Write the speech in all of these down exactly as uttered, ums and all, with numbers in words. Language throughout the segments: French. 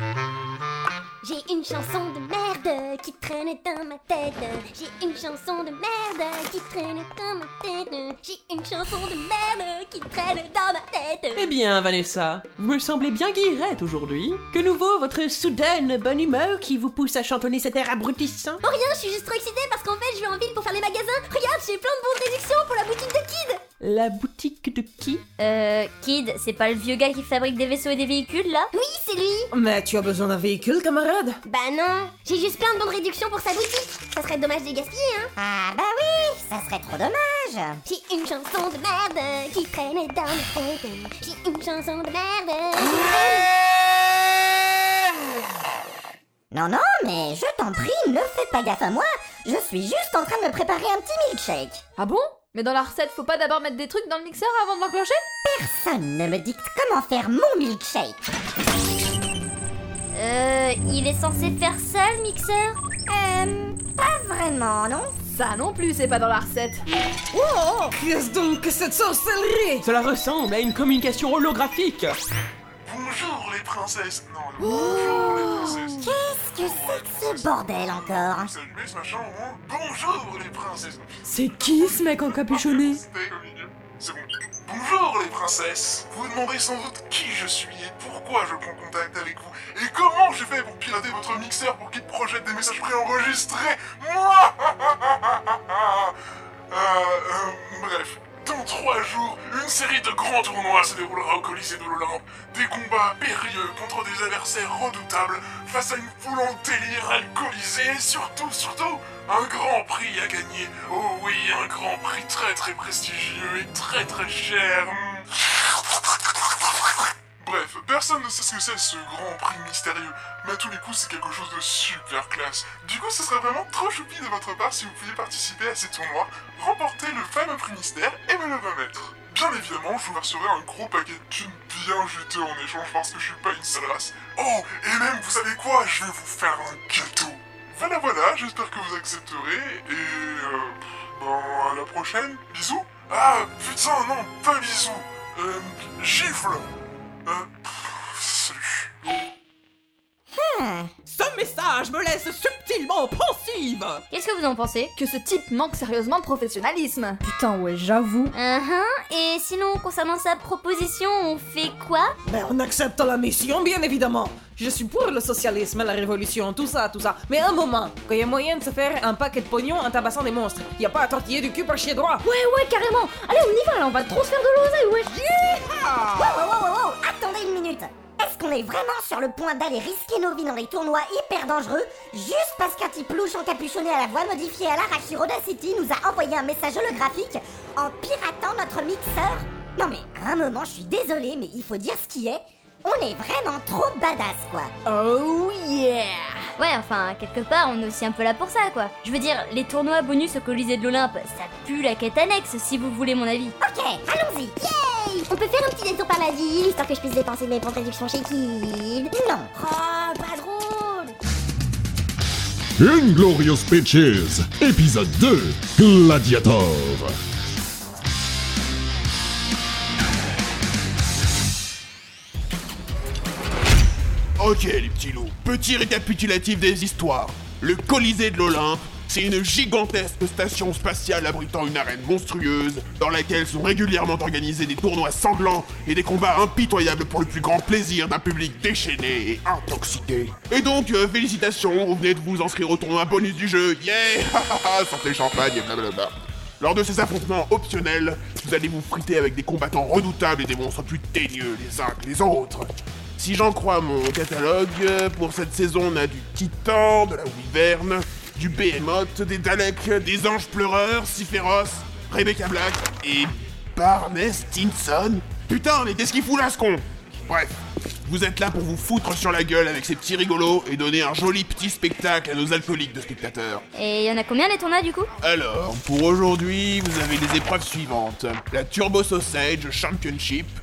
J'ai une chanson de merde qui traîne dans ma tête. J'ai une chanson de merde qui traîne dans ma tête. J'ai une chanson de merde qui traîne dans ma tête. Eh bien, Vanessa, vous me semblez bien guillerette aujourd'hui. Que nouveau votre soudaine bonne humeur qui vous pousse à chantonner cet air abrutissant? Oh rien, je suis juste trop excitée parce qu'en fait je vais en ville pour faire les magasins. Regarde, j'ai plein de bonnes réductions pour la boutique de Kid. La boutique de qui? Euh, Kid, c'est pas le vieux gars qui fabrique des vaisseaux et des véhicules, là? Oui, c'est lui. Mais tu as besoin d'un véhicule, camarade? Bah non, j'ai juste plein de bonnes réductions pour sa boutique. Ça serait dommage de les gaspiller, hein. Ah bah oui, ça serait trop dommage. J'ai une chanson de merde qui traîne dans ma tête. J'ai une chanson de merde. Non, non, mais je t'en prie, ne fais pas gaffe à moi. Je suis juste en train de me préparer un petit milkshake. Ah bon? Mais dans la recette, faut pas d'abord mettre des trucs dans le mixeur avant de l'enclencher? Personne ne me dicte comment faire mon milkshake. Euh, il est censé faire ça, le mixeur? Euh, pas vraiment, non? Ça non plus, c'est pas dans la recette. Oh, qu'est-ce donc que cette sorcellerie? Cela ressemble à une communication holographique. Bonjour les princesses. Non, bonjour les princesses. Qu'est-ce que c'est que ce bordel encore? Vous allumez ce machin au moins. Bonjour les princesses. C'est qui ce mec encapuchonné? C'est bon. Bonjour les princesses. Vous vous demandez sans doute qui je suis et pourquoi je prends contact avec vous. Et comment j'ai fait pour pirater votre mixeur pour qu'il projette des messages préenregistrés. Moi euh, euh, Bref. Dans trois jours, une série de grands tournois se déroulera au Colisée de l'Olympe. Des combats périlleux contre des adversaires redoutables face à une foule en délire alcoolisée et surtout, surtout, un grand prix à gagner. Oh oui, un grand prix très très prestigieux et très très cher. Bref, personne ne sait ce que c'est ce grand prix mystérieux, mais à tous les coups c'est quelque chose de super classe. Du coup ce serait vraiment trop choupi de votre part si vous pouviez participer à ces tournois, remporter le fameux prix mystère et me le remettre. Bien évidemment, je vous verserai un gros paquet de thunes bien juteux en échange parce que je suis pas une sale race. Oh, et même vous savez quoi, je vais vous faire un gâteau. Voilà voilà, j'espère que vous accepterez et euh, bon, à la prochaine, bisous. Ah, putain non, pas bisous, euh, gifle. Euh, pff, salut. Hmm. Ce message me laisse subtilement pensive. Qu'est-ce que vous en pensez? Que ce type manque sérieusement de professionnalisme. Putain, ouais, j'avoue. Uh-huh. Et sinon, concernant sa proposition, on fait quoi? Ben, on accepte la mission, bien évidemment. Je suis pour le socialisme, la révolution, tout ça, tout ça. Mais un moment, quand il y a moyen de se faire un paquet de pognon en tabassant des monstres, y a pas à tortiller du cul par chier droit. Ouais, ouais, carrément. Allez, on y va, là, on va trop se faire de l'oseille, ouais. Wow, wow, wow, wow, wow, attendez une minute. Est-ce qu'on est vraiment sur le point d'aller risquer nos vies dans des tournois hyper dangereux juste parce qu'un type louche encapuchonné à la voix modifiée à l'arrache sur Audacity nous a envoyé un message holographique en piratant notre mixeur? Non mais, à un moment, je suis désolée, mais il faut dire ce qui est. On est vraiment trop badass, quoi. Oh yeah. Ouais, enfin, quelque part, on est aussi un peu là pour ça, quoi. Je veux dire, les tournois bonus au Colisée de l'Olympe, ça pue la quête annexe, si vous voulez mon avis. Ok, allons-y. Yay! On peut faire un petit détour par la ville, histoire que je puisse dépenser mes bons réductions chez Kid. Non. Oh, pas drôle! Inglorious Bitches, épisode deux, Gladiator. Ok les petits loups, petit récapitulatif des histoires. Le Colisée de l'Olympe, c'est une gigantesque station spatiale abritant une arène monstrueuse dans laquelle sont régulièrement organisés des tournois sanglants et des combats impitoyables pour le plus grand plaisir d'un public déchaîné et intoxiqué. Et donc, euh, félicitations, vous venez de vous inscrire au tournoi bonus du jeu, yeah. Sortez le champagne et blablabla. Lors de ces affrontements optionnels, vous allez vous friter avec des combattants redoutables et des monstres plus teigneux les uns que les autres. Si j'en crois mon catalogue, pour cette saison on a du Titan, de la Wyvern, du Behemoth, des Daleks, des Anges Pleureurs, si féroces, Rebecca Black et Barney Stinson. Putain, mais qu'est-ce qu'il fout là ce con? Bref, vous êtes là pour vous foutre sur la gueule avec ces petits rigolos et donner un joli petit spectacle à nos alcooliques de spectateurs. Et y en a combien les tournois du coup? Alors, pour aujourd'hui, vous avez les épreuves suivantes. La Turbo Sausage Championship,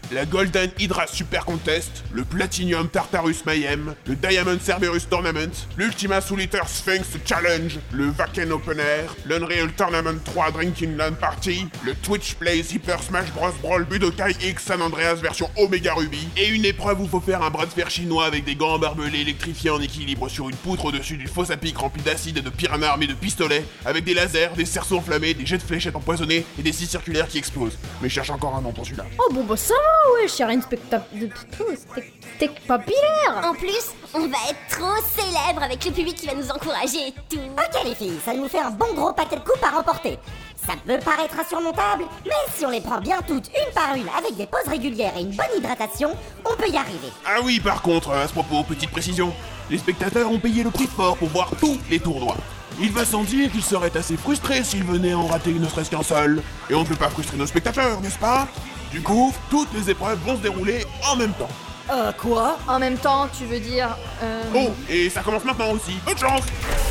la Golden Hydra Super Contest, le Platinum Tartarus Mayhem, le Diamond Cerberus Tournament, l'Ultima Solitaire Sphinx Challenge, le Wacken Open Air, l'Unreal Tournament trois Drinking Land Party, le Twitch Plays Hyper Smash Bros Brawl Budokai X San Andreas version Omega Ruby, et une épreuve où faut faire un bras de fer chinois avec des gants barbelés électrifiés en équilibre sur une poutre au-dessus d'une fosse à pic remplie d'acide et de piranhas armés de pistolets, avec des lasers, des cerceaux enflammés, des jets de fléchettes empoisonnés et des scies circulaires qui explosent. Mais cherche encore un nom pour celui-là. Oh bon bah ça va, ouais, cher inspecteur de steak papillaire. En plus, on va être trop célèbre avec le public qui va nous encourager et tout. Ok les filles, ça nous fait un bon gros paquet de coupes à remporter. Ça peut paraître insurmontable, mais si on les prend bien toutes, une par une, avec des pauses régulières et une bonne hydratation, on peut y arriver. Ah oui, par contre, à ce propos, petite précision, les spectateurs ont payé le prix fort pour voir tous les tournois. Il va sans dire qu'ils seraient assez frustrés s'ils venaient en rater ne serait-ce qu'un seul. Et on ne peut pas frustrer nos spectateurs, n'est-ce pas? Du coup, toutes les épreuves vont se dérouler en même temps. Euh, quoi? En même temps, tu veux dire... Euh... Oh, et ça commence maintenant aussi. Bonne chance!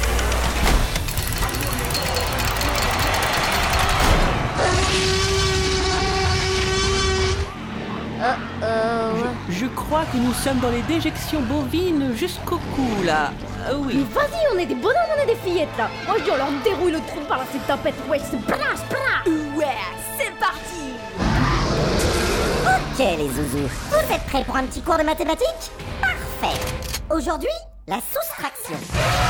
Oh oh. Je, je crois que nous sommes dans les déjections bovines jusqu'au cou, là. Ah oui. Mais vas-y, on est des bonhommes, on est des fillettes là. Moi je dis on leur déroule le trou par là, cette tapette, ouais, c'est bla bla. Ouais, c'est parti. Ok les zouzous, vous êtes prêts pour un petit cours de mathématiques? Parfait. Aujourd'hui, la soustraction.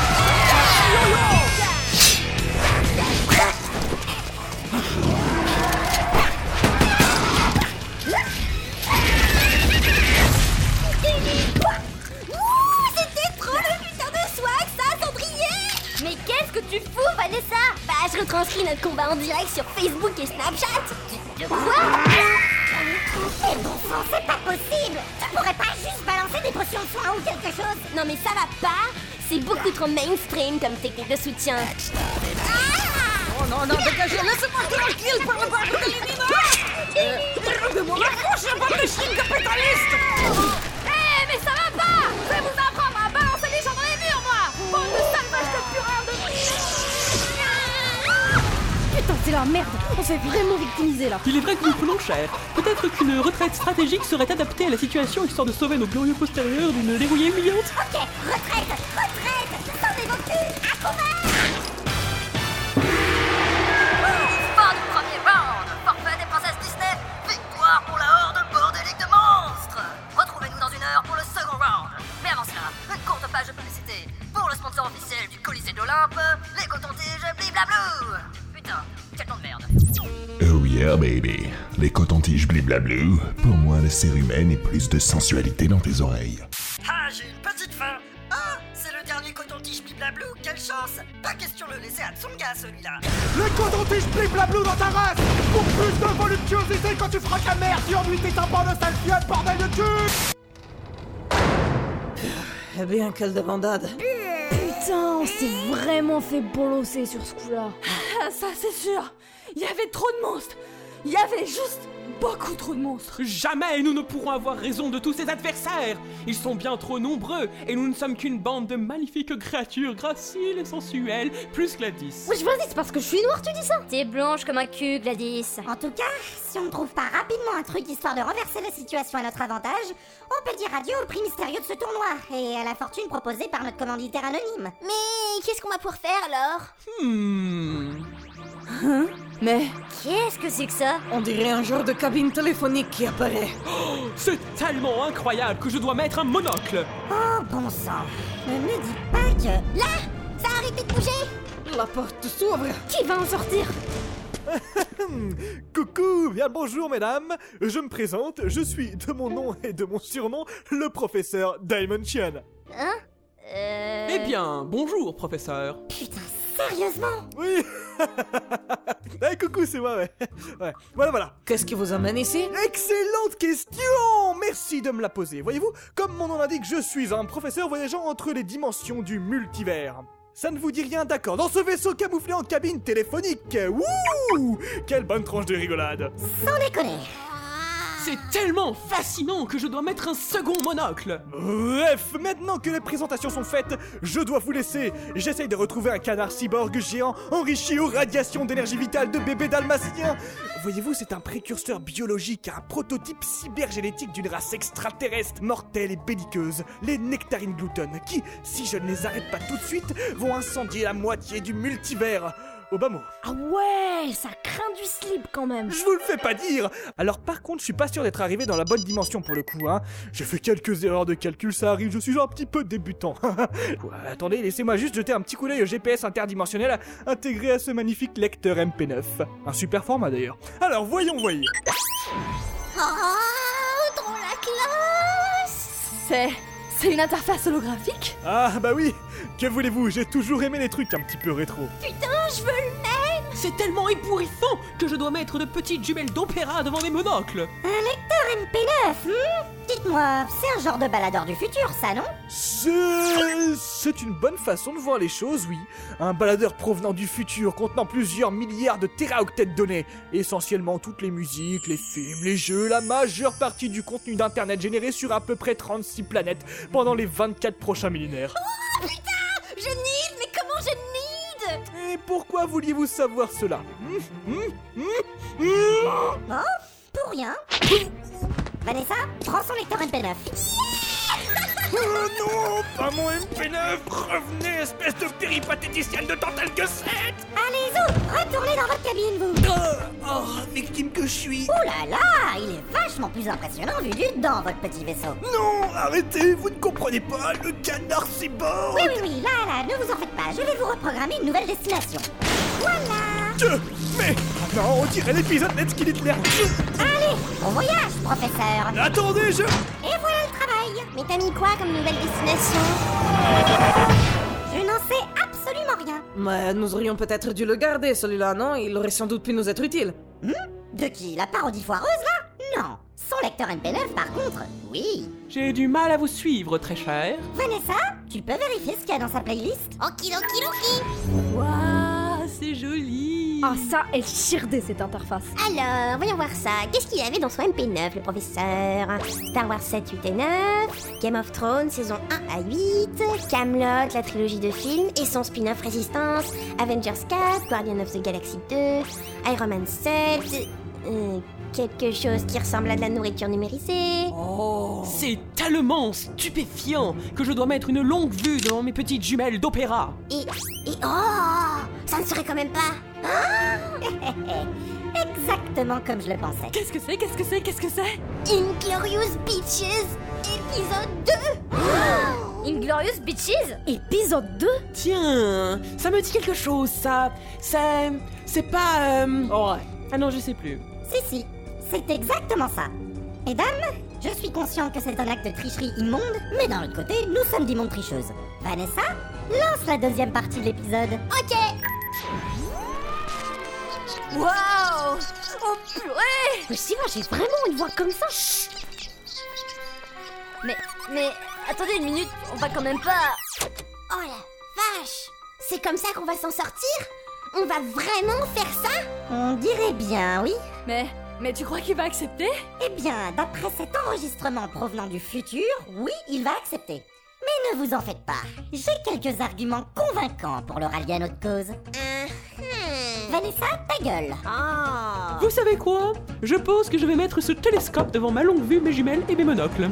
Mais qu'est-ce que tu fous, Vanessa? Bah, je retranscris notre combat en direct sur Facebook et Snapchat. De quoi? Mais bon sang, c'est pas possible. Tu pourrais pas juste balancer des potions de soin ou quelque chose? Non mais ça va pas. C'est beaucoup trop mainstream comme technique de soutien. Oh non, non, dégagez, laissez-moi tranquille par le bas de l'éliminer. Regardez-moi la prochaine bande de chiens capitalistes. Eh, mais ça va pas. Je vais vous apprendre à balancer des gens dans les murs, moi. Bande de salvages de purin de... Putain, c'est la merde. On s'est vraiment victimisé là. Il est vrai que nous prenons cher. Peut-être qu'une retraite stratégique serait adaptée à la situation histoire de sauver nos glorieux postérieurs d'une dérouillée humiliante. Ok, retraite, retraite. Tendez vos culs, à couvert. Fin du premier round. Forfait des princesses Disney. Victoire pour la horde bordélique de monstres. Retrouvez-nous dans une heure pour le second round. Mais avant cela, une courte page de publicité pour le sponsor officiel du Colisée de l'Olympe, les cotons-tiges Bliblablou. Putain, quel nom de merde. Oh yeah baby, les cotons-tiges bliblablou, pour moi la cérumen et plus de sensualité dans tes oreilles. Ah, j'ai une petite faim. Ah, c'est le dernier coton-tige Bliblablou, quelle chance. Pas question de le laisser à Tsonga celui-là. Les cotons-tiges bliblablou dans ta race. Pour plus de voluptuosité quand tu feras ta mère, tu ennuies tes tympans de sale fiotte, bordel de cul. Eh bien, quelle débandade. Putain, on s'est vraiment fait bolosser sur ce coup-là. Ah, ça c'est sûr. Il y avait trop de monstres. Il y avait juste beaucoup trop de monstres. Jamais nous ne pourrons avoir raison de tous ces adversaires. Ils sont bien trop nombreux et nous ne sommes qu'une bande de magnifiques créatures graciles et sensuelles, plus Gladys. Wesh, vas-y, c'est parce que je suis noire, tu dis ça? T'es blanche comme un cul, Gladys. En tout cas, si on ne trouve pas rapidement un truc histoire de renverser la situation à notre avantage, on peut dire adieu au prix mystérieux de ce tournoi et à la fortune proposée par notre commanditaire anonyme. Mais qu'est-ce qu'on va pouvoir faire alors? Hmm... Hein? Mais qu'est-ce que c'est que ça? On dirait un genre de cabine téléphonique qui apparaît. Oh, c'est tellement incroyable que je dois mettre un monocle. Oh bon sang, ne me dis pas que... Là, ça a arrêté de bouger. La porte s'ouvre. Qui va en sortir? Coucou, bien le bonjour mesdames. Je me présente, je suis de mon nom et de mon surnom le professeur Diamond Chian. Hein? Euh... Eh bien, bonjour, professeur. Putain, sérieusement? Oui. Eh, coucou, c'est moi, ouais. Ouais. Voilà, voilà. Qu'est-ce qui vous amène ici? Excellente question. Merci de me la poser. Voyez-vous, comme mon nom l'indique, je suis un professeur voyageant entre les dimensions du multivers. Ça ne vous dit rien, d'accord? Dans ce vaisseau camouflé en cabine téléphonique. Wouh! Quelle bonne tranche de rigolade. Sans déconner. C'est tellement fascinant que je dois mettre un second monocle. Bref, maintenant que les présentations sont faites, je dois vous laisser. J'essaye de retrouver un canard cyborg géant enrichi aux radiations d'énergie vitale de bébé dalmatien. Voyez-vous, c'est un précurseur biologique, un prototype cybergénétique d'une race extraterrestre, mortelle et belliqueuse, les Nectarine Gluten, qui, si je ne les arrête pas tout de suite, vont incendier la moitié du multivers. Au bas mot. Ah ouais, ça craint du slip quand même. Je vous le fais pas dire. Alors par contre, je suis pas sûr d'être arrivé dans la bonne dimension pour le coup, hein. J'ai fait quelques erreurs de calcul, ça arrive, je suis un petit peu débutant. Ouais, attendez, laissez-moi juste jeter un petit coup d'œil au G P S interdimensionnel intégré à ce magnifique lecteur M P neuf. Un super format d'ailleurs. Alors voyons, voyons. Oh, trop la classe! C'est... c'est une interface holographique? Ah bah oui. Que voulez-vous, j'ai toujours aimé les trucs un petit peu rétro. Putain, je veux le mettre! C'est tellement ébouriffant que je dois mettre de petites jumelles d'opéra devant mes monocles. Un lecteur M P neuf, hmm? Dites-moi, c'est un genre de baladeur du futur, ça, non? C'est... c'est une bonne façon de voir les choses, oui. Un baladeur provenant du futur, contenant plusieurs milliards de téraoctets de données. Essentiellement toutes les musiques, les films, les jeux, la majeure partie du contenu d'internet généré sur à peu près trente-six planètes pendant les vingt-quatre prochains millénaires. Oh putain! Je need, mais comment je need? Et pourquoi vouliez-vous savoir cela? mmh, mmh, mmh, mmh. Oh, pour rien. Vanessa, prends son lecteur M P neuf. Oh non, pas mon M P neuf. Revenez, espèce de péripatéticienne de Tantal que sept. Allez, Zou, retournez dans votre cabine, vous. Oh, oh, victime que je suis. Ouh là là, il est vachement plus impressionnant vu du dedans, votre petit vaisseau. Non, arrêtez, vous ne comprenez pas, le canard cyborg. Oui, oui, oui, là, là, ne vous en faites pas, je vais vous reprogrammer une nouvelle destination. Voilà. Dieu, mais non, on dirait l'épisode Let's Kill Hitler. Allez, bon voyage, professeur. Attendez, je... Et voilà le travail. Mais t'as mis quoi comme nouvelle destination? Je n'en sais absolument rien. Mais nous aurions peut-être dû le garder, celui-là, non? Il aurait sans doute pu nous être utile. Hmm? De qui? La parodie foireuse, là? Non. Son lecteur M P neuf, par contre, oui. J'ai du mal à vous suivre, très cher. Vanessa, tu peux vérifier ce qu'il y a dans sa playlist? Okidokidoki! Waouh, c'est joli. Ah ça est chirdé cette interface. Alors, voyons voir ça. Qu'est-ce qu'il avait dans son M P neuf, le professeur? Star Wars sept, huit et neuf, Game of Thrones, saison un à huit, Camelot, la trilogie de films, et son spin-off Résistance, Avengers quatre, Guardian of the Galaxy deux, Iron Man sept... Euh, quelque chose qui ressemble à de la nourriture numérisée. Oh, c'est tellement stupéfiant que je dois mettre une longue vue devant mes petites jumelles d'opéra. Et... et... oh, ça ne serait quand même pas... Exactement comme je le pensais. Qu'est-ce que c'est? Qu'est-ce que c'est? Qu'est-ce que c'est? Inglorious Bitches, épisode deux. Oh, Inglorious Bitches, épisode deux? Tiens, ça me dit quelque chose, ça. C'est... c'est pas... Euh... Oh, ouais. Ah non, je sais plus. Si, si, c'est exactement ça. Mesdames, je suis conscient que c'est un acte de tricherie immonde, mais d'un autre côté, nous sommes d'immondes tricheuses. Vanessa, lance la deuxième partie de l'épisode. Ok. Waouh! Oh purée! Mais si, moi j'ai vraiment une voix comme ça. Chut. Mais, mais, attendez une minute, on va quand même pas... Oh la vache! C'est comme ça qu'on va s'en sortir? On va vraiment faire ça? On dirait bien, oui. Mais, mais tu crois qu'il va accepter? Eh bien, d'après cet enregistrement provenant du futur, oui, il va accepter. Mais ne vous en faites pas, j'ai quelques arguments convaincants pour le rallier à notre cause. Uh-huh. Vanessa, ta gueule. Oh. Vous savez quoi? Je pense que je vais mettre ce télescope devant ma longue vue, mes jumelles et mes monocles.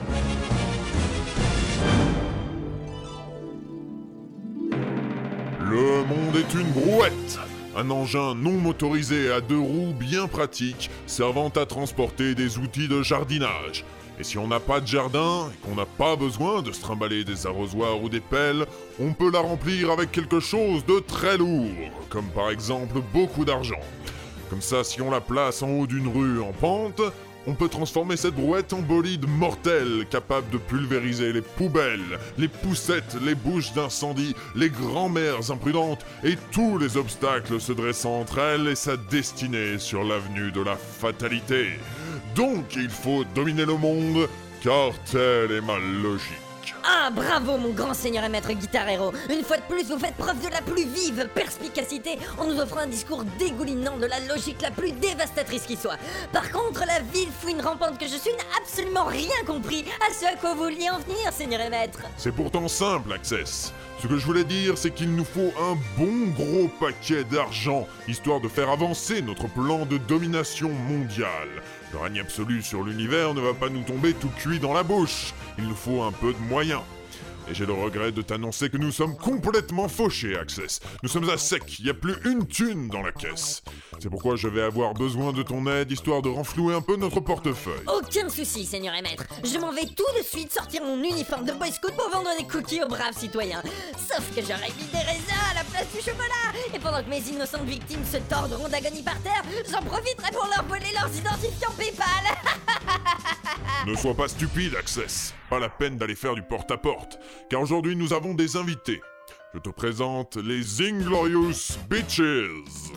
Le monde est une brouette, un engin non motorisé à deux roues bien pratique, servant à transporter des outils de jardinage. Et si on n'a pas de jardin, et qu'on n'a pas besoin de se trimballer des arrosoirs ou des pelles, on peut la remplir avec quelque chose de très lourd, comme par exemple beaucoup d'argent. Comme ça, si on la place en haut d'une rue en pente, on peut transformer cette brouette en bolide mortel, capable de pulvériser les poubelles, les poussettes, les bouches d'incendie, les grand-mères imprudentes et tous les obstacles se dressant entre elle et sa destinée sur l'avenue de la fatalité. Donc il faut dominer le monde, car telle est ma logique. Ah, bravo mon grand seigneur et maître Guitar Hero. Une fois de plus, vous faites preuve de la plus vive perspicacité en nous offrant un discours dégoulinant de la logique la plus dévastatrice qui soit. Par contre, la ville fouine rampante que je suis n'a absolument rien compris à ce à quoi vous vouliez en venir, seigneur et maître. C'est pourtant simple, Access. Ce que je voulais dire, c'est qu'il nous faut un bon gros paquet d'argent, histoire de faire avancer notre plan de domination mondiale. Le règne absolu sur l'univers ne va pas nous tomber tout cuit dans la bouche. Il nous faut un peu de moyens. Et j'ai le regret de t'annoncer que nous sommes complètement fauchés, Access. Nous sommes à sec, il n'y a plus une thune dans la caisse. C'est pourquoi je vais avoir besoin de ton aide, histoire de renflouer un peu notre portefeuille. Aucun souci, seigneur et maître. Je m'en vais tout de suite sortir mon uniforme de Boy Scout pour vendre des cookies aux braves citoyens. Sauf que j'aurais mis des raisins à la place du chocolat. Et pendant que mes innocentes victimes se tordront d'agonie par terre, j'en profiterai pour leur voler leurs identifiants PayPal. Ne sois pas stupide, Access. Pas la peine d'aller faire du porte-à-porte, car aujourd'hui nous avons des invités. Je te présente les Inglorious Bitches.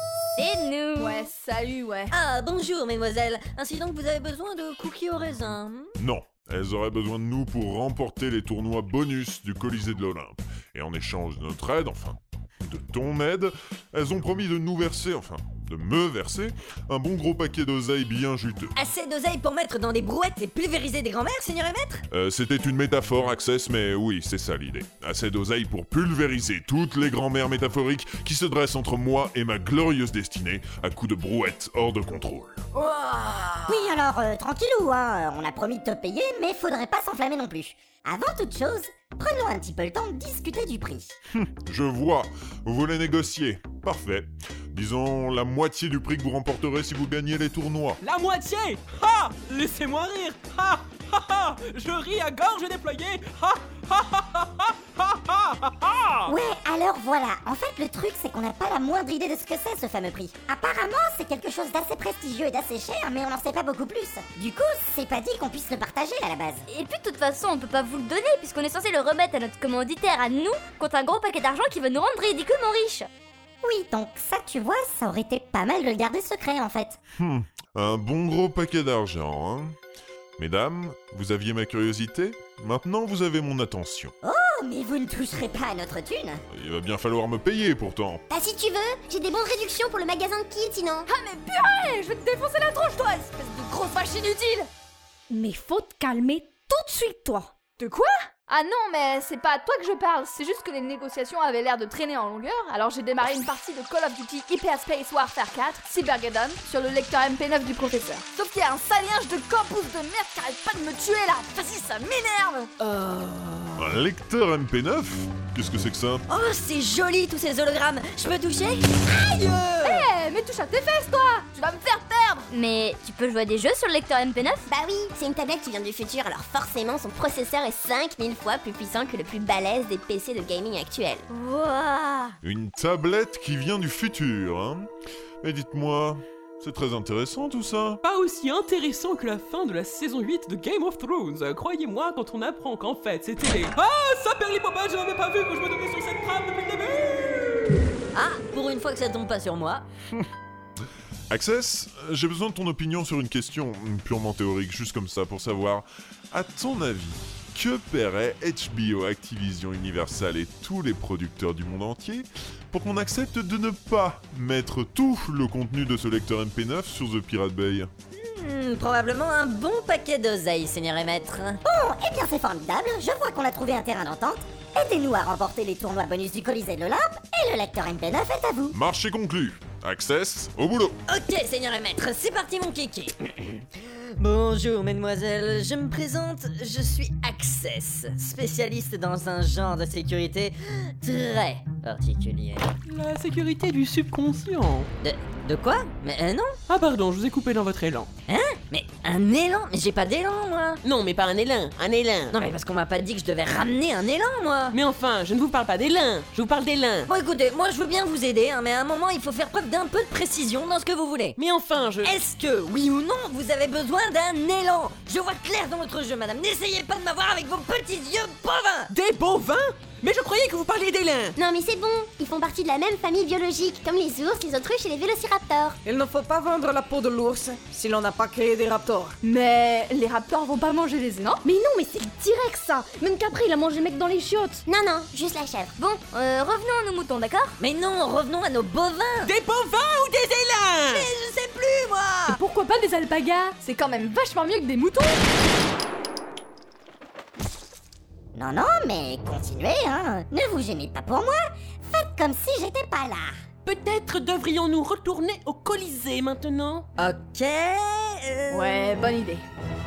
C'est nous. Ouais, salut, ouais. Ah, bonjour, mesdemoiselles. Ainsi donc, vous avez besoin de cookies au raisin. Non, elles auraient besoin de nous pour remporter les tournois bonus du Colisée de l'Olympe. Et en échange de notre aide, enfin, de ton aide, elles ont promis de nous verser, enfin, de me verser, un bon gros paquet d'oseille bien juteux. Assez d'oseille pour mettre dans des brouettes et pulvériser des grands-mères, seigneur et maître? Euh, c'était une métaphore, Access, mais oui, c'est ça l'idée. Assez d'oseille pour pulvériser toutes les grands-mères métaphoriques qui se dressent entre moi et ma glorieuse destinée à coups de brouettes hors de contrôle. Wow. Oui, alors, euh, tranquillou, hein, on a promis de te payer, mais faudrait pas s'enflammer non plus. Avant toute chose, prenons un petit peu le temps de discuter du prix. Je vois, vous voulez négocier. Parfait. Disons la moitié du prix que vous remporterez si vous gagnez les tournois. La moitié? Ha! Laissez-moi rire! Ha! Ha ha! Je ris à gorge déployée! Ha! Ha ha ha ha ha ha ha! Ouais, alors voilà. En fait, le truc, c'est qu'on n'a pas la moindre idée de ce que c'est, ce fameux prix. Apparemment, c'est quelque chose d'assez prestigieux et d'assez cher, mais on n'en sait pas beaucoup plus. Du coup, c'est pas dit qu'on puisse le partager à la base. Et puis de toute façon, on peut pas vous le donner puisqu'on est censé le remettre à notre commanditaire, à nous, contre un gros paquet d'argent qui va nous rendre ridiculement riches. Oui, donc ça, tu vois, ça aurait été pas mal de le garder secret, en fait. Hmm, un bon gros paquet d'argent, hein. Mesdames, vous aviez ma curiosité, maintenant vous avez mon attention. Oh, mais vous ne toucherez pas à notre thune. Il va bien falloir me payer pourtant. Bah si tu veux, j'ai des bonnes réductions pour le magasin de kits sinon. Ah mais purée, je vais te défoncer la tronche toi, espèce de grosse vache inutile. Mais faut te calmer tout de suite, toi. De quoi? Ah non, mais c'est pas à toi que je parle, c'est juste que les négociations avaient l'air de traîner en longueur, alors j'ai démarré une partie de Call of Duty Hyperspace Warfare quatre, Cybergeddon, sur le lecteur M P neuf du professeur. Sauf qu'il y a un saliage de campus de merde qui arrête pas de me tuer là. Vas-y, ça m'énerve. Oh. Un lecteur M P neuf? Qu'est-ce que c'est que ça? Oh, c'est joli tous ces hologrammes. Je peux toucher? Aïe! Eh, hey, mais touche à tes fesses toi. Tu vas me faire perdre. Mais tu peux jouer à des jeux sur le lecteur M P neuf? Bah oui, c'est une tablette qui vient du futur, alors forcément son processeur est cinq mille fois plus puissant que le plus balèze des P C de gaming actuels. Wouah! Une tablette qui vient du futur, hein? Mais dites-moi, c'est très intéressant tout ça. Pas aussi intéressant que la fin de la saison huit de Game of Thrones. Euh, Croyez-moi quand on apprend qu'en fait c'était les... Ah, ça Perlipopette, je n'avais pas vu que je me donnais sur cette trame depuis le début. Ah, pour une fois que ça tombe pas sur moi. Access, j'ai besoin de ton opinion sur une question purement théorique, juste comme ça, pour savoir, à ton avis, que paierait H B O, Activision, Universal et tous les producteurs du monde entier pour qu'on accepte de ne pas mettre tout le contenu de ce lecteur M P neuf sur The Pirate Bay? Hmm, probablement un bon paquet d'oseille, seigneur et maître. Bon, eh bien c'est formidable, je vois qu'on a trouvé un terrain d'entente. Aidez-nous à remporter les tournois bonus du Colisée de l'Olympe, et le lecteur M P neuf est à vous. Marché conclu. Access, au boulot. Ok, seigneur et maître, c'est parti mon kiki. Bonjour mesdemoiselles, je me présente, je suis Access, spécialiste dans un genre de sécurité très particulier. La sécurité du subconscient. De, de quoi? Mais euh, non. Ah pardon, je vous ai coupé dans votre élan. Hein? Mais un élan? Mais j'ai pas d'élan moi. Non, mais pas un élan, un élan. Non mais parce qu'on m'a pas dit que je devais ramener un élan moi. Mais enfin, je ne vous parle pas d'élan, je vous parle d'élan. Bon écoutez, moi je veux bien vous aider, hein, mais à un moment il faut faire preuve d'un peu de précision dans ce que vous voulez. Mais enfin, je... Est-ce que, oui ou non, vous avez besoin d'un élan? Je vois clair dans votre jeu, madame. N'essayez pas de m'avoir avec vos petits yeux bovins. Des bovins? Mais je croyais que vous parliez d'élins. Non mais c'est bon, ils font partie de la même famille biologique, comme les ours, les autruches et les vélociraptors. Il ne faut pas vendre la peau de l'ours si l'on n'a pas créé des raptors. Mais les raptors vont pas manger les œufs, non? Mais non, mais c'est direct ça. Même qu'après, il a mangé le mec dans les chiottes. Non, non, juste la chèvre. Bon, euh, revenons à nos moutons, d'accord? Mais non, revenons à nos bovins. Des bovins ou des élins? Mais je sais plus, moi. Et pourquoi pas des alpagas? C'est quand même vachement mieux que des moutons. Non, non, mais continuez, hein. Ne vous gênez pas pour moi. Faites comme si j'étais pas là. Peut-être devrions-nous retourner au Colisée maintenant? Ok. euh, Ouais, bonne idée.